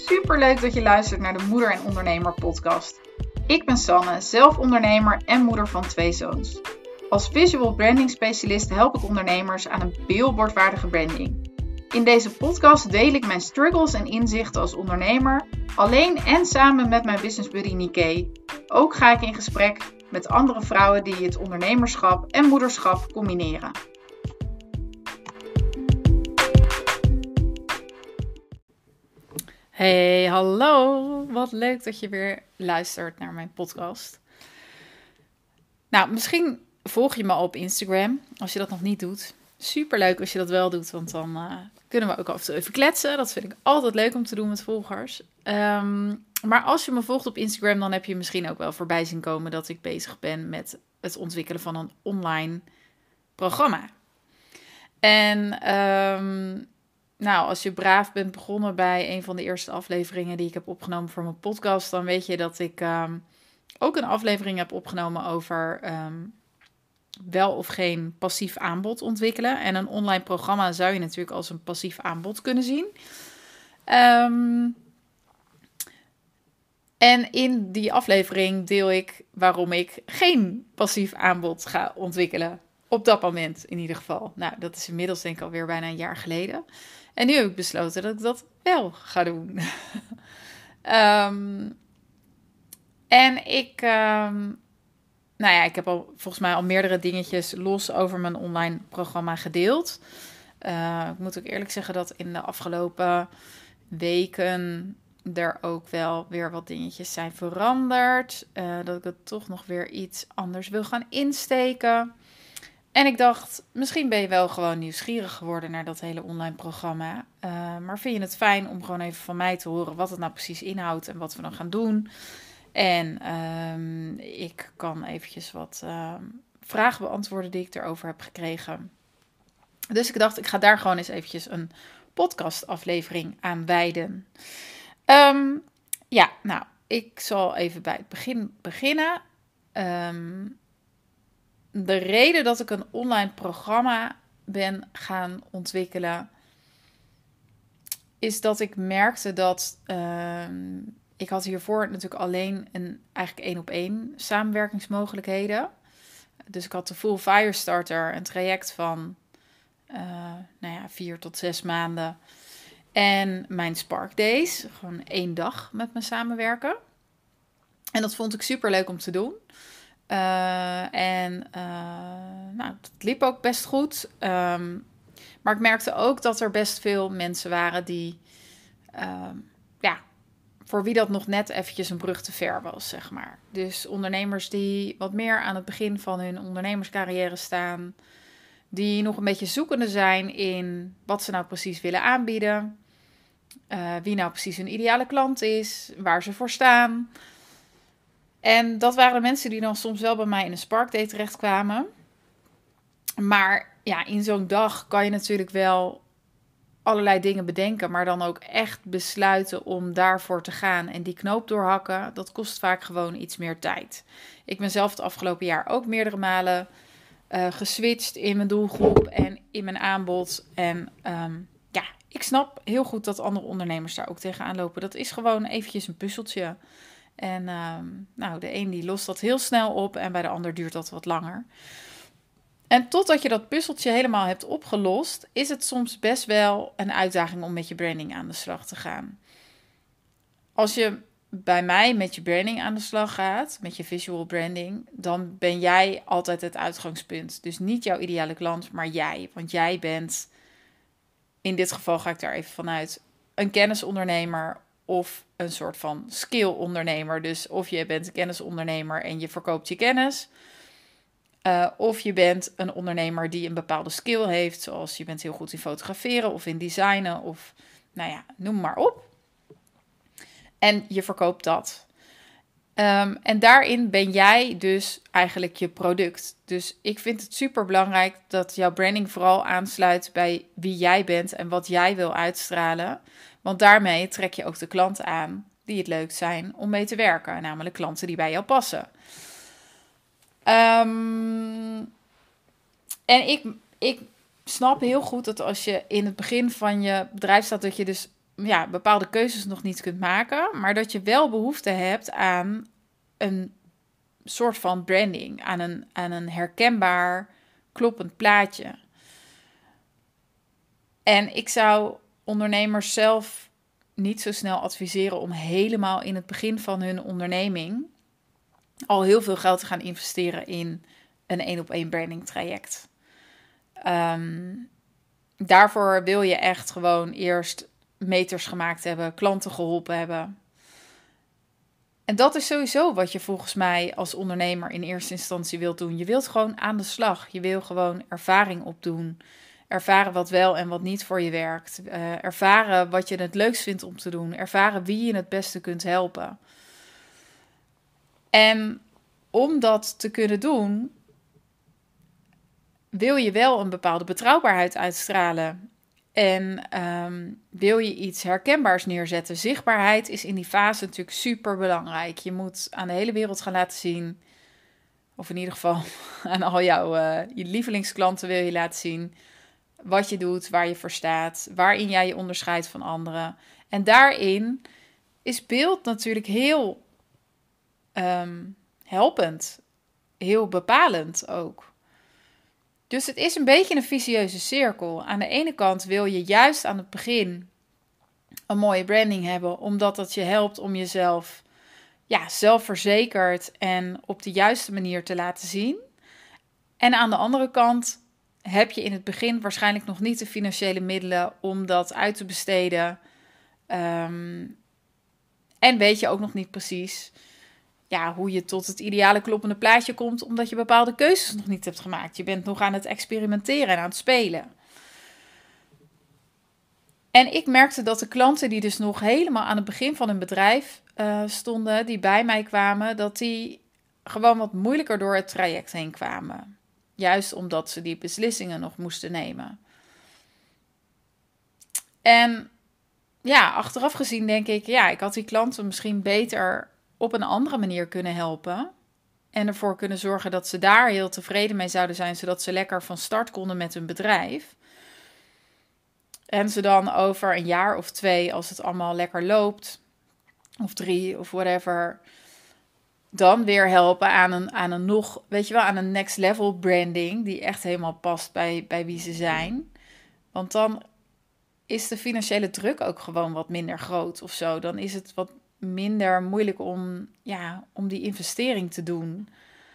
Superleuk dat je luistert naar de Moeder en Ondernemer podcast. Ik ben Sanne, zelf ondernemer en moeder van 2 zoons. Als visual branding specialist help ik ondernemers aan een billboardwaardige branding. In deze podcast deel ik mijn struggles en inzichten als ondernemer, alleen en samen met mijn business buddy Niké. Ook ga ik in gesprek met andere vrouwen die het ondernemerschap en moederschap combineren. Hey, hallo! Wat leuk dat je weer luistert naar mijn podcast. Nou, misschien volg je me al op Instagram, als je dat nog niet doet. Superleuk als je dat wel doet, want dan kunnen we ook af en toe even kletsen. Dat vind ik altijd leuk om te doen met volgers. Maar als je me volgt op Instagram, dan heb je misschien ook wel voorbij zien komen dat ik bezig ben met het ontwikkelen van een online programma. En nou, als je braaf bent begonnen bij een van de eerste afleveringen die ik heb opgenomen voor mijn podcast, dan weet je dat ik ook een aflevering heb opgenomen over wel of geen passief aanbod ontwikkelen. En een online programma zou je natuurlijk als een passief aanbod kunnen zien. En in die aflevering deel ik waarom ik geen passief aanbod ga ontwikkelen. Op dat moment in ieder geval. Nou, dat is inmiddels denk ik alweer bijna een jaar geleden. En nu heb ik besloten dat ik dat wel ga doen. En ik heb volgens mij al meerdere dingetjes los over mijn online programma gedeeld. Ik moet ook eerlijk zeggen dat in de afgelopen weken er ook wel weer wat dingetjes zijn veranderd. Dat ik het toch nog weer iets anders wil gaan insteken. En ik dacht, misschien ben je wel gewoon nieuwsgierig geworden naar dat hele online programma. Maar vind je het fijn om gewoon even van mij te horen wat het nou precies inhoudt en wat we dan gaan doen. En ik kan eventjes wat vragen beantwoorden die ik erover heb gekregen. Dus ik dacht, ik ga daar gewoon eens eventjes een podcastaflevering aan wijden. Nou, ik zal even bij het begin beginnen. De reden dat ik een online programma ben gaan ontwikkelen, is dat ik merkte dat ik had hiervoor natuurlijk alleen eigenlijk 1-op-1 samenwerkingsmogelijkheden. Dus ik had de Full Firestarter, een traject van 4 tot 6 maanden. En mijn Spark Days, gewoon 1 dag met me samenwerken. En dat vond ik super leuk om te doen. Het liep ook best goed. Maar ik merkte ook dat er best veel mensen waren die, voor wie dat nog net eventjes een brug te ver was, zeg maar. Dus ondernemers die wat meer aan het begin van hun ondernemerscarrière staan, die nog een beetje zoekende zijn in wat ze nou precies willen aanbieden, wie nou precies hun ideale klant is, waar ze voor staan. En dat waren de mensen die dan soms wel bij mij in een Spark Day terechtkwamen. Maar ja, in zo'n dag kan je natuurlijk wel allerlei dingen bedenken, maar dan ook echt besluiten om daarvoor te gaan en die knoop doorhakken, dat kost vaak gewoon iets meer tijd. Ik ben zelf het afgelopen jaar ook meerdere malen geswitcht in mijn doelgroep en in mijn aanbod. En ik snap heel goed dat andere ondernemers daar ook tegenaan lopen. Dat is gewoon eventjes een puzzeltje. En de een die lost dat heel snel op en bij de ander duurt dat wat langer. En totdat je dat puzzeltje helemaal hebt opgelost, is het soms best wel een uitdaging om met je branding aan de slag te gaan. Als je bij mij met je branding aan de slag gaat, met je visual branding, dan ben jij altijd het uitgangspunt. Dus niet jouw ideale klant, maar jij. Want jij bent, in dit geval ga ik daar even vanuit, een kennisondernemer of een soort van skill-ondernemer. Dus of je bent een kennisondernemer en je verkoopt je kennis. Of je bent een ondernemer die een bepaalde skill heeft. Zoals je bent heel goed in fotograferen of in designen of noem maar op. En je verkoopt dat. En daarin ben jij dus eigenlijk je product. Dus ik vind het super belangrijk dat jouw branding vooral aansluit bij wie jij bent en wat jij wil uitstralen. Want daarmee trek je ook de klanten aan die het leuk zijn om mee te werken. Namelijk klanten die bij jou passen. En ik snap heel goed dat als je in het begin van je bedrijf staat, dat je dus bepaalde keuzes nog niet kunt maken, maar dat je wel behoefte hebt aan een soort van branding, aan een herkenbaar, kloppend plaatje. En ik zou ondernemers zelf niet zo snel adviseren om helemaal in het begin van hun onderneming al heel veel geld te gaan investeren in een 1-op-1 branding traject. Daarvoor wil je echt gewoon eerst meters gemaakt hebben, klanten geholpen hebben. En dat is sowieso wat je volgens mij als ondernemer in eerste instantie wilt doen. Je wilt gewoon aan de slag. Je wil gewoon ervaring opdoen. Ervaren wat wel en wat niet voor je werkt. Ervaren wat je het leukst vindt om te doen. Ervaren wie je het beste kunt helpen. En om dat te kunnen doen, wil je wel een bepaalde betrouwbaarheid uitstralen. En wil je iets herkenbaars neerzetten. Zichtbaarheid is in die fase natuurlijk super belangrijk. Je moet aan de hele wereld gaan laten zien, of in ieder geval aan al je lievelingsklanten wil je laten zien wat je doet, waar je voor staat, waarin jij je onderscheidt van anderen. En daarin is beeld natuurlijk heel helpend, heel bepalend ook. Dus het is een beetje een vicieuze cirkel. Aan de ene kant wil je juist aan het begin een mooie branding hebben, omdat dat je helpt om jezelf zelfverzekerd en op de juiste manier te laten zien. En aan de andere kant heb je in het begin waarschijnlijk nog niet de financiële middelen om dat uit te besteden. En weet je ook nog niet precies hoe je tot het ideale kloppende plaatje komt, omdat je bepaalde keuzes nog niet hebt gemaakt. Je bent nog aan het experimenteren en aan het spelen. En ik merkte dat de klanten die dus nog helemaal aan het begin van hun bedrijf stonden, die bij mij kwamen, dat die gewoon wat moeilijker door het traject heen kwamen. Juist omdat ze die beslissingen nog moesten nemen. En achteraf gezien denk ik, ik had die klanten misschien beter op een andere manier kunnen helpen. En ervoor kunnen zorgen dat ze daar heel tevreden mee zouden zijn, zodat ze lekker van start konden met hun bedrijf. En ze dan over een jaar of 2, als het allemaal lekker loopt, of 3 of whatever, dan weer helpen aan een next level branding die echt helemaal past bij wie ze zijn. Want dan is de financiële druk ook gewoon wat minder groot of zo. Dan is het wat minder moeilijk om die investering te doen.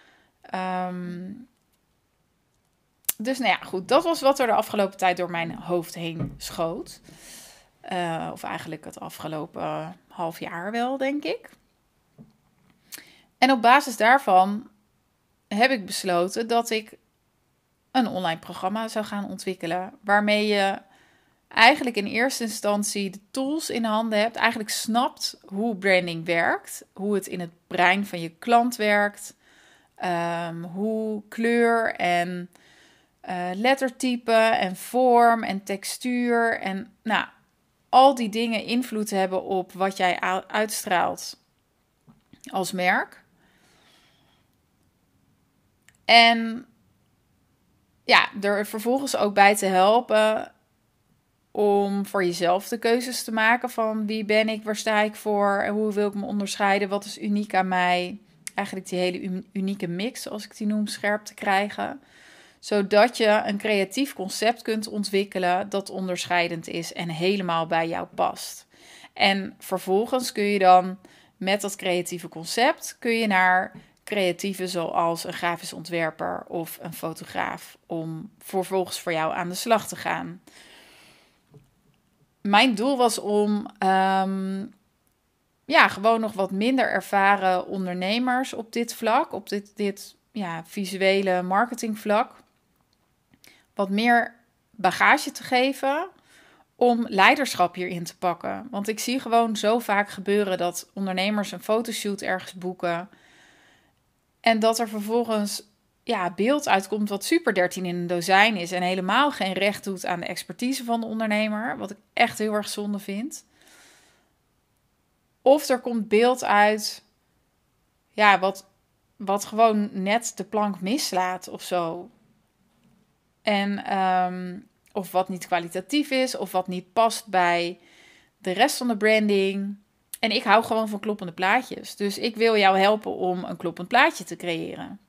Dus goed, dat was wat er de afgelopen tijd door mijn hoofd heen schoot. Of eigenlijk het afgelopen half jaar wel, denk ik. En op basis daarvan heb ik besloten dat ik een online programma zou gaan ontwikkelen, waarmee je eigenlijk in eerste instantie de tools in handen hebt, eigenlijk snapt hoe branding werkt, hoe het in het brein van je klant werkt, hoe kleur en lettertype en vorm en textuur en al die dingen invloed hebben op wat jij uitstraalt als merk. En er vervolgens ook bij te helpen om voor jezelf de keuzes te maken van wie ben ik, waar sta ik voor en hoe wil ik me onderscheiden, wat is uniek aan mij. Eigenlijk die hele unieke mix, zoals ik die noem, scherp te krijgen. Zodat je een creatief concept kunt ontwikkelen dat onderscheidend is en helemaal bij jou past. En vervolgens kun je dan met dat creatieve concept kun je naar creatieven zoals een grafisch ontwerper of een fotograaf om vervolgens voor jou aan de slag te gaan. Mijn doel was om gewoon nog wat minder ervaren ondernemers op dit vlak, op dit visuele marketingvlak, wat meer bagage te geven om leiderschap hierin te pakken. Want ik zie gewoon zo vaak gebeuren dat ondernemers een fotoshoot ergens boeken en dat er vervolgens beeld uitkomt wat super 13 in een dozijn is en helemaal geen recht doet aan de expertise van de ondernemer, wat ik echt heel erg zonde vind. Of er komt beeld uit wat gewoon net de plank mislaat of zo. En of wat niet kwalitatief is, of wat niet past bij de rest van de branding. En ik hou gewoon van kloppende plaatjes. Dus ik wil jou helpen om een kloppend plaatje te creëren.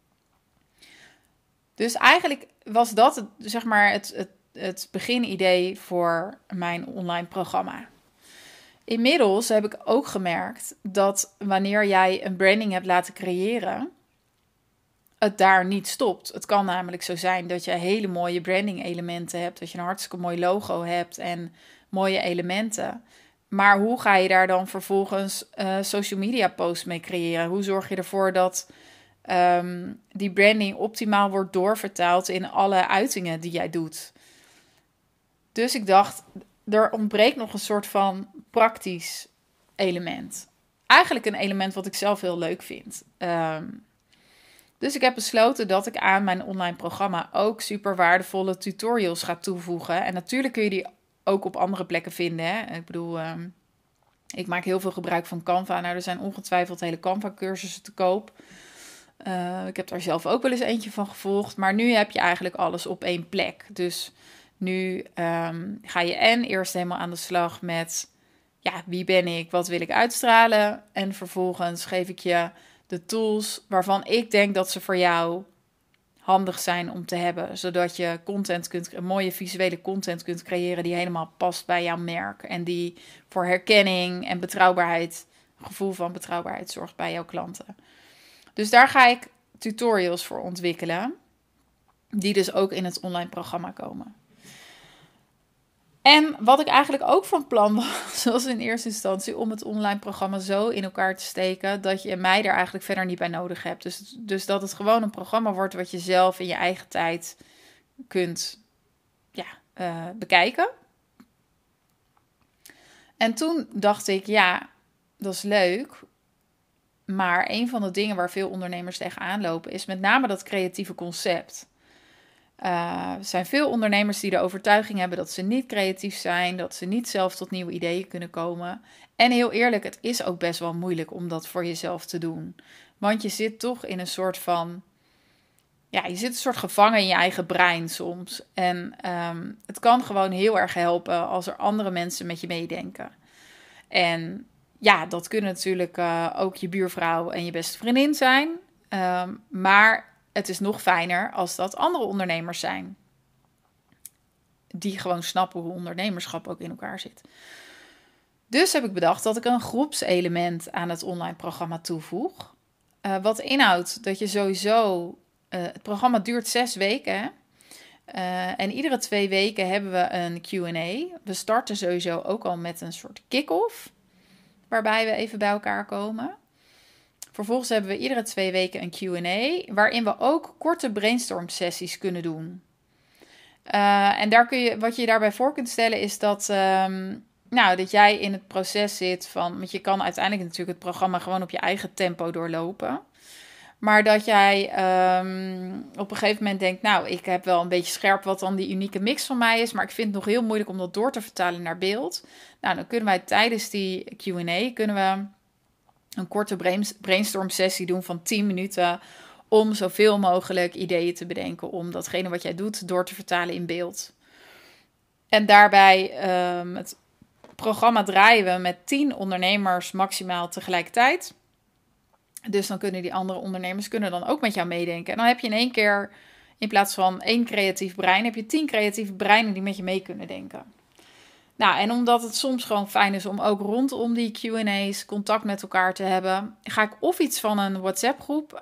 Dus eigenlijk was dat zeg maar het beginidee voor mijn online programma. Inmiddels heb ik ook gemerkt dat wanneer jij een branding hebt laten creëren, het daar niet stopt. Het kan namelijk zo zijn dat je hele mooie branding elementen hebt, dat je een hartstikke mooi logo hebt en mooie elementen. Maar hoe ga je daar dan vervolgens social media posts mee creëren? Hoe zorg je ervoor dat die branding optimaal wordt doorvertaald in alle uitingen die jij doet? Dus ik dacht, er ontbreekt nog een soort van praktisch element. Eigenlijk een element wat ik zelf heel leuk vind. Dus ik heb besloten dat ik aan mijn online programma ook super waardevolle tutorials ga toevoegen. En natuurlijk kun je die ook op andere plekken vinden. Hè? Ik bedoel, ik maak heel veel gebruik van Canva. Nou, er zijn ongetwijfeld hele Canva-cursussen te koop. Ik heb daar zelf ook wel eens eentje van gevolgd. Maar nu heb je eigenlijk alles op één plek. Dus nu ga je eerst helemaal aan de slag met, ja, wie ben ik, wat wil ik uitstralen? En vervolgens geef ik je de tools waarvan ik denk dat ze voor jou handig zijn om te hebben. Zodat je mooie visuele content kunt creëren die helemaal past bij jouw merk. En die voor herkenning en betrouwbaarheid, gevoel van betrouwbaarheid zorgt bij jouw klanten. Dus daar ga ik tutorials voor ontwikkelen. Die dus ook in het online programma komen. En wat ik eigenlijk ook van plan was, was in eerste instantie om het online programma zo in elkaar te steken dat je mij er eigenlijk verder niet bij nodig hebt. Dus dat het gewoon een programma wordt wat je zelf in je eigen tijd kunt bekijken. En toen dacht ik, ja, dat is leuk. Maar een van de dingen waar veel ondernemers tegenaan lopen is met name dat creatieve concept. Er zijn veel ondernemers die de overtuiging hebben dat ze niet creatief zijn, dat ze niet zelf tot nieuwe ideeën kunnen komen. En heel eerlijk, het is ook best wel moeilijk om dat voor jezelf te doen. Want je zit toch in een soort van, ja, je zit een soort gevangen in je eigen brein soms. En het kan gewoon heel erg helpen als er andere mensen met je meedenken. En ja, dat kunnen natuurlijk ook je buurvrouw en je beste vriendin zijn. Maar het is nog fijner als dat andere ondernemers zijn. Die gewoon snappen hoe ondernemerschap ook in elkaar zit. Dus heb ik bedacht dat ik een groepselement aan het online programma toevoeg. Wat inhoudt dat je sowieso... het programma duurt 6 weken. En iedere 2 weken hebben we een Q&A. We starten sowieso ook al met een soort kick-off. Waarbij we even bij elkaar komen. Vervolgens hebben we iedere 2 weken een Q&A, waarin we ook korte brainstorm sessies kunnen doen. En wat je daarbij voor kunt stellen is dat, dat jij in het proces zit van, want je kan uiteindelijk natuurlijk het programma gewoon op je eigen tempo doorlopen. Maar dat jij op een gegeven moment denkt, nou, ik heb wel een beetje scherp wat dan die unieke mix van mij is, maar ik vind het nog heel moeilijk om dat door te vertalen naar beeld. Nou, dan kunnen wij tijdens die Q&A, een korte brainstorm sessie doen van 10 minuten om zoveel mogelijk ideeën te bedenken om datgene wat jij doet door te vertalen in beeld. En daarbij het programma draaien we met 10 ondernemers maximaal tegelijkertijd. Dus dan kunnen die andere ondernemers dan ook met jou meedenken. En dan heb je in één keer, in plaats van 1 creatief brein, heb je 10 creatieve breinen die met je mee kunnen denken. Nou, en omdat het soms gewoon fijn is om ook rondom die Q&A's contact met elkaar te hebben, ga ik of iets van een WhatsApp-groep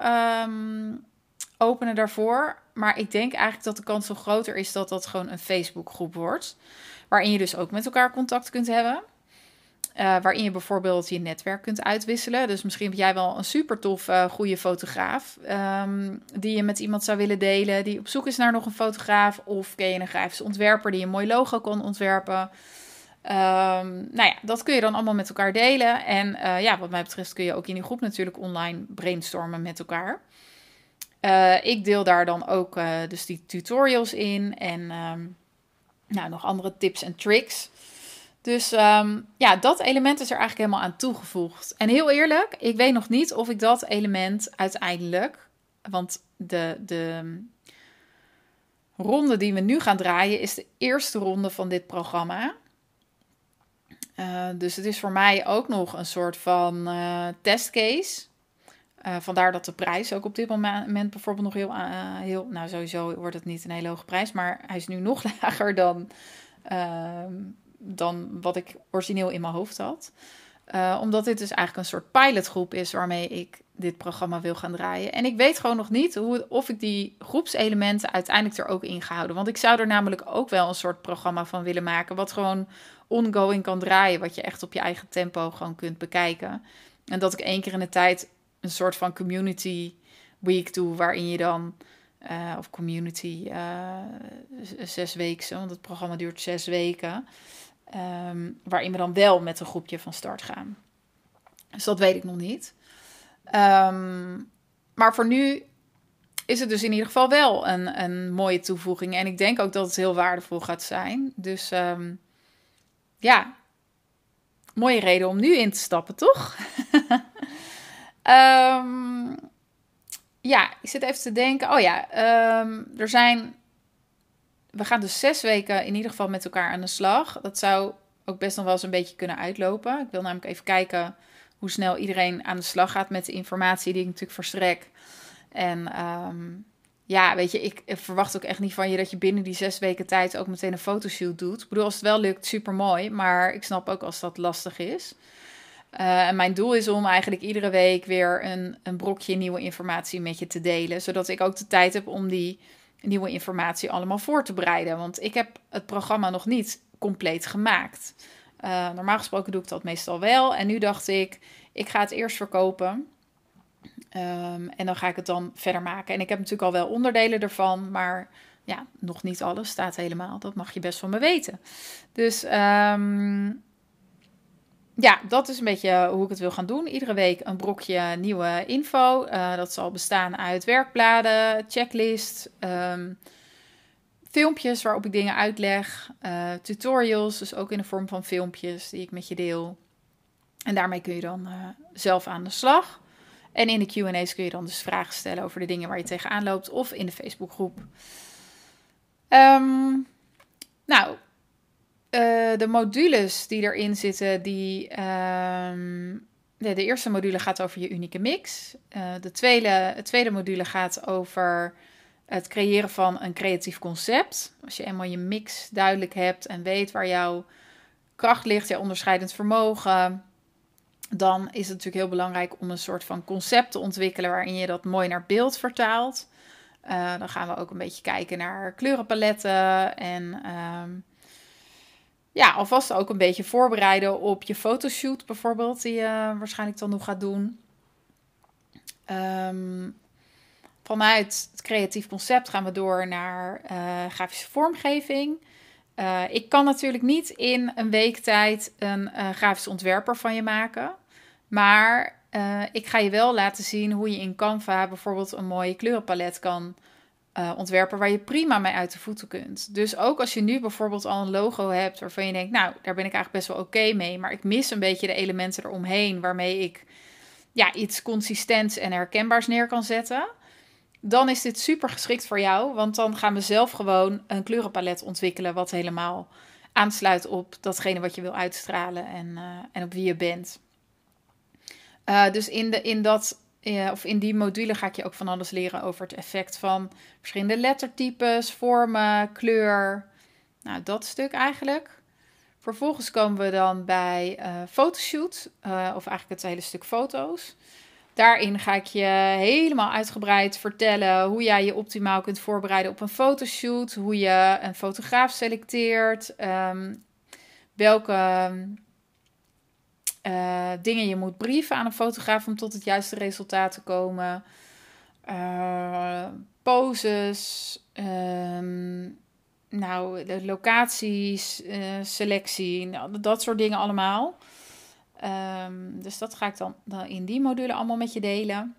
openen daarvoor. Maar ik denk eigenlijk dat de kans zo groter is dat dat gewoon een Facebook-groep wordt. Waarin je dus ook met elkaar contact kunt hebben. Waarin je bijvoorbeeld je netwerk kunt uitwisselen. Dus misschien heb jij wel een super tof goede fotograaf die je met iemand zou willen delen, die op zoek is naar nog een fotograaf. Of ken je een grafische ontwerper die een mooi logo kan ontwerpen. Dat kun je dan allemaal met elkaar delen. En wat mij betreft kun je ook in die groep natuurlijk online brainstormen met elkaar. Ik deel daar dan ook dus die tutorials in en nog andere tips en tricks. Dus dat element is er eigenlijk helemaal aan toegevoegd. En heel eerlijk, ik weet nog niet of ik dat element uiteindelijk, want de ronde die we nu gaan draaien is de eerste ronde van dit programma. Dus het is voor mij ook nog een soort van testcase. Vandaar dat de prijs ook op dit moment bijvoorbeeld nog heel... Nou, sowieso wordt het niet een hele hoge prijs, maar hij is nu nog lager dan wat ik origineel in mijn hoofd had. Omdat dit dus eigenlijk een soort pilotgroep is waarmee ik dit programma wil gaan draaien. En ik weet gewoon nog niet of ik die groepselementen uiteindelijk er ook in ga houden. Want ik zou er namelijk ook wel een soort programma van willen maken, wat gewoon ongoing kan draaien, wat je echt op je eigen tempo gewoon kunt bekijken. En dat ik 1 keer in de tijd een soort van community week doe, waarin je dan, of community 6 weken, want het programma duurt 6 weken, waarin we dan wel met een groepje van start gaan. Dus dat weet ik nog niet. Maar voor nu is het dus in ieder geval wel een mooie toevoeging. En ik denk ook dat het heel waardevol gaat zijn. Dus ja, mooie reden om nu in te stappen, toch? Ja, ik zit even te denken. Oh ja, we gaan dus 6 weken in ieder geval met elkaar aan de slag. Dat zou ook best nog wel eens een beetje kunnen uitlopen. Ik wil namelijk even kijken hoe snel iedereen aan de slag gaat met de informatie die ik natuurlijk verstrek. En ja, weet je, ik verwacht ook echt niet van je dat je binnen die 6 weken tijd ook meteen een fotoshoot doet. Ik bedoel, als het wel lukt, super mooi. Maar ik snap ook als dat lastig is. En mijn doel is om eigenlijk iedere week weer een brokje nieuwe informatie met je te delen. Zodat ik ook de tijd heb om die nieuwe informatie allemaal voor te bereiden. Want ik heb het programma nog niet compleet gemaakt. Normaal gesproken doe ik dat meestal wel. En nu dacht ik ga het eerst verkopen. En dan ga ik het dan verder maken. En ik heb natuurlijk al wel onderdelen ervan. Maar ja, nog niet alles staat helemaal. Dat mag je best van me weten. Dus ja, dat is een beetje hoe ik het wil gaan doen. Iedere week een brokje nieuwe info. Dat zal bestaan uit werkbladen, checklist, filmpjes waarop ik dingen uitleg, tutorials, dus ook in de vorm van filmpjes die ik met je deel. En daarmee kun je dan zelf aan de slag. En in de Q&A's kun je dan dus vragen stellen over de dingen waar je tegenaan loopt of in de Facebookgroep. Nou, de modules die erin zitten, de eerste module gaat over je unieke mix. Het tweede module gaat over het creëren van een creatief concept. Als je eenmaal je mix duidelijk hebt en weet waar jouw kracht ligt, jouw onderscheidend vermogen, dan is het natuurlijk heel belangrijk om een soort van concept te ontwikkelen waarin je dat mooi naar beeld vertaalt. Dan gaan we ook een beetje kijken naar kleurenpaletten en ja, alvast ook een beetje voorbereiden op je fotoshoot bijvoorbeeld, die je waarschijnlijk dan nog gaat doen. Vanuit het creatief concept gaan we door naar grafische vormgeving. Ik kan natuurlijk niet in een week tijd een grafisch ontwerper van je maken. Maar ik ga je wel laten zien hoe je in Canva bijvoorbeeld een mooie kleurenpalet kan ontwerpen waar je prima mee uit de voeten kunt. Dus ook als je nu bijvoorbeeld al een logo hebt waarvan je denkt, nou, daar ben ik eigenlijk best wel oké mee, maar ik mis een beetje de elementen eromheen waarmee ik ja, iets consistents en herkenbaars neer kan zetten, dan is dit super geschikt voor jou, want dan gaan we zelf gewoon een kleurenpalet ontwikkelen wat helemaal aansluit op datgene wat je wil uitstralen en op wie je bent. Dus in die module ga ik je ook van alles leren over het effect van verschillende lettertypes, vormen, kleur. Nou, dat stuk eigenlijk. Vervolgens komen we dan bij fotoshoot, of eigenlijk het hele stuk foto's. Daarin ga ik je helemaal uitgebreid vertellen hoe jij je optimaal kunt voorbereiden op een fotoshoot. Hoe je een fotograaf selecteert. Welke dingen je moet brieven aan een fotograaf om tot het juiste resultaat te komen. Poses. De locaties, selectie. Nou, dat soort dingen allemaal. Dus dat ga ik dan in die module allemaal met je delen.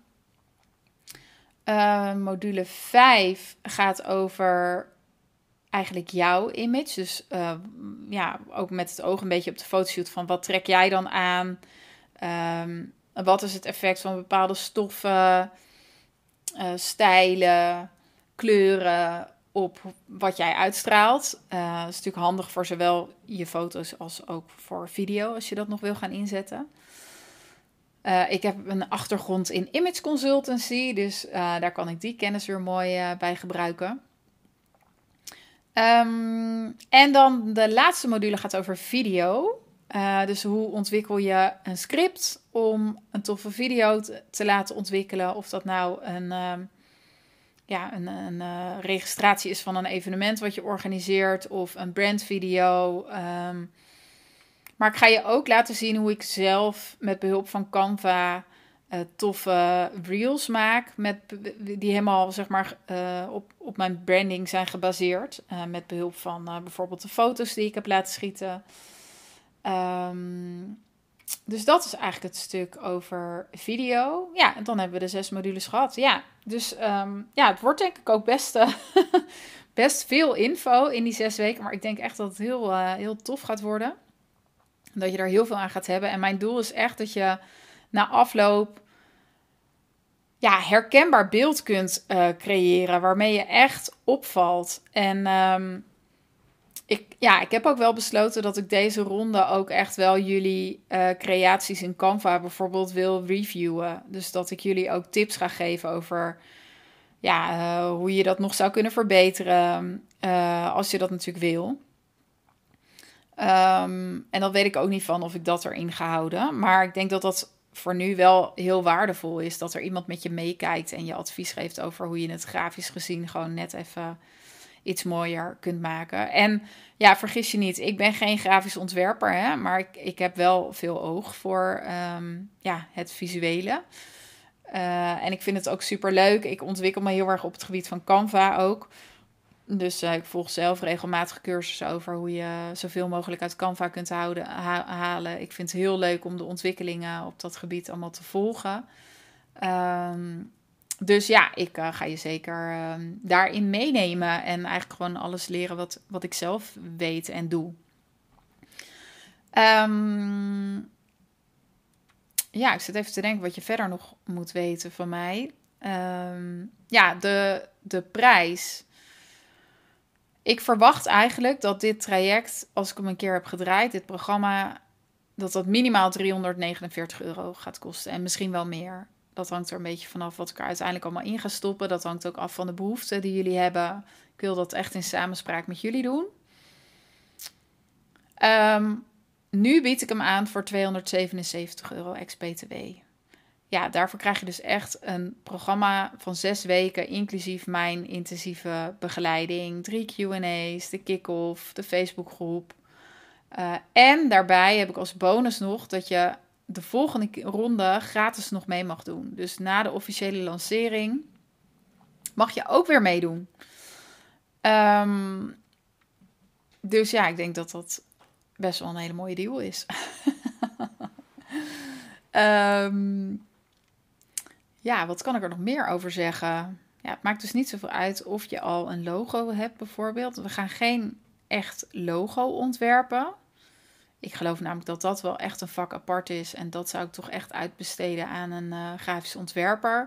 Module 5 gaat over eigenlijk jouw image. Dus ook met het oog een beetje op de fotoshoot van wat trek jij dan aan? Wat is het effect van bepaalde stoffen, stijlen, kleuren op wat jij uitstraalt. Dat is natuurlijk handig voor zowel je foto's als ook voor video, als je dat nog wil gaan inzetten. Ik heb een achtergrond in image consultancy, dus daar kan ik die kennis weer mooi bij gebruiken. En dan de laatste module gaat over video. Dus hoe ontwikkel je een script om een toffe video te laten ontwikkelen. Of dat nou een registratie is van een evenement wat je organiseert of een brandvideo. Maar ik ga je ook laten zien hoe ik zelf met behulp van Canva toffe reels maak. Die helemaal zeg maar op mijn branding zijn gebaseerd. Met behulp van bijvoorbeeld de foto's die ik heb laten schieten. Dus dat is eigenlijk het stuk over video. Ja, en dan hebben we de 6 modules gehad. Ja, dus het wordt denk ik ook best veel info in die 6 weken. Maar ik denk echt dat het heel tof gaat worden. Dat je er heel veel aan gaat hebben. En mijn doel is echt dat je na afloop herkenbaar beeld kunt creëren. Waarmee je echt opvalt. En ik heb ook wel besloten dat ik deze ronde ook echt wel jullie creaties in Canva bijvoorbeeld wil reviewen. Dus dat ik jullie ook tips ga geven over hoe je dat nog zou kunnen verbeteren. Als je dat natuurlijk wil. En dan weet ik ook niet van of ik dat erin ga houden. Maar ik denk dat dat voor nu wel heel waardevol is. Dat er iemand met je meekijkt en je advies geeft over hoe je het grafisch gezien gewoon net even iets mooier kunt maken. En ja, vergis je niet, ik ben geen grafisch ontwerper, hè, maar ik heb wel veel oog voor het visuele. En ik vind het ook super leuk. Ik ontwikkel me heel erg op het gebied van Canva ook. Dus ik volg zelf regelmatig cursussen over hoe je zoveel mogelijk uit Canva kunt halen. Ik vind het heel leuk om de ontwikkelingen op dat gebied allemaal te volgen. Dus ja, ik ga je zeker daarin meenemen. En eigenlijk gewoon alles leren wat ik zelf weet en doe. Ik zit even te denken wat je verder nog moet weten van mij. De prijs. Ik verwacht eigenlijk dat dit traject, als ik hem een keer heb gedraaid, dit programma, dat minimaal €349 gaat kosten. En misschien wel meer. Dat hangt er een beetje vanaf wat ik er uiteindelijk allemaal in ga stoppen. Dat hangt ook af van de behoeften die jullie hebben. Ik wil dat echt in samenspraak met jullie doen. Nu bied ik hem aan voor €277 ex-BTW. Ja, daarvoor krijg je dus echt een programma van 6 weken, inclusief mijn intensieve begeleiding, 3 Q&A's, de kick-off, de Facebookgroep. En daarbij heb ik als bonus nog dat je de volgende ronde gratis nog mee mag doen. Dus na de officiële lancering mag je ook weer meedoen. Dus ja, ik denk dat dat best wel een hele mooie deal is. Wat kan ik er nog meer over zeggen? Ja, het maakt dus niet zoveel uit of je al een logo hebt bijvoorbeeld. We gaan geen echt logo ontwerpen. Ik geloof namelijk dat dat wel echt een vak apart is. En dat zou ik toch echt uitbesteden aan een grafisch ontwerper.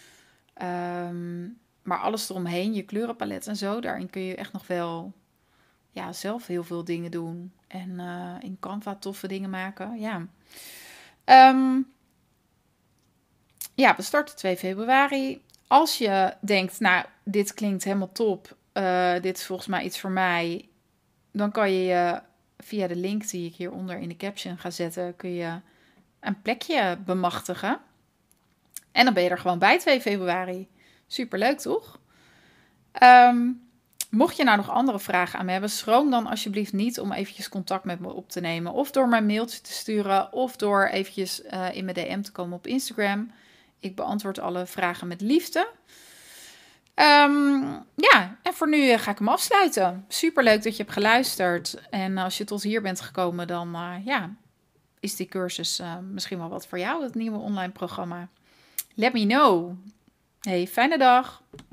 Maar alles eromheen, je kleurenpalet en zo, daarin kun je echt nog wel zelf heel veel dingen doen. En in Canva toffe dingen maken. We starten 2 februari. Als je denkt, nou, dit klinkt helemaal top. Dit is volgens mij iets voor mij. Dan kan je via de link die ik hieronder in de caption ga zetten, kun je een plekje bemachtigen. En dan ben je er gewoon bij 2 februari. Superleuk, toch? Mocht je nou nog andere vragen aan me hebben, schroom dan alsjeblieft niet om eventjes contact met me op te nemen. Of door mijn mailtje te sturen, of door eventjes in mijn DM te komen op Instagram. Ik beantwoord alle vragen met liefde. En voor nu ga ik hem afsluiten. Superleuk dat je hebt geluisterd. En als je tot hier bent gekomen, dan is die cursus misschien wel wat voor jou, het nieuwe online programma. Let me know. Hey, fijne dag.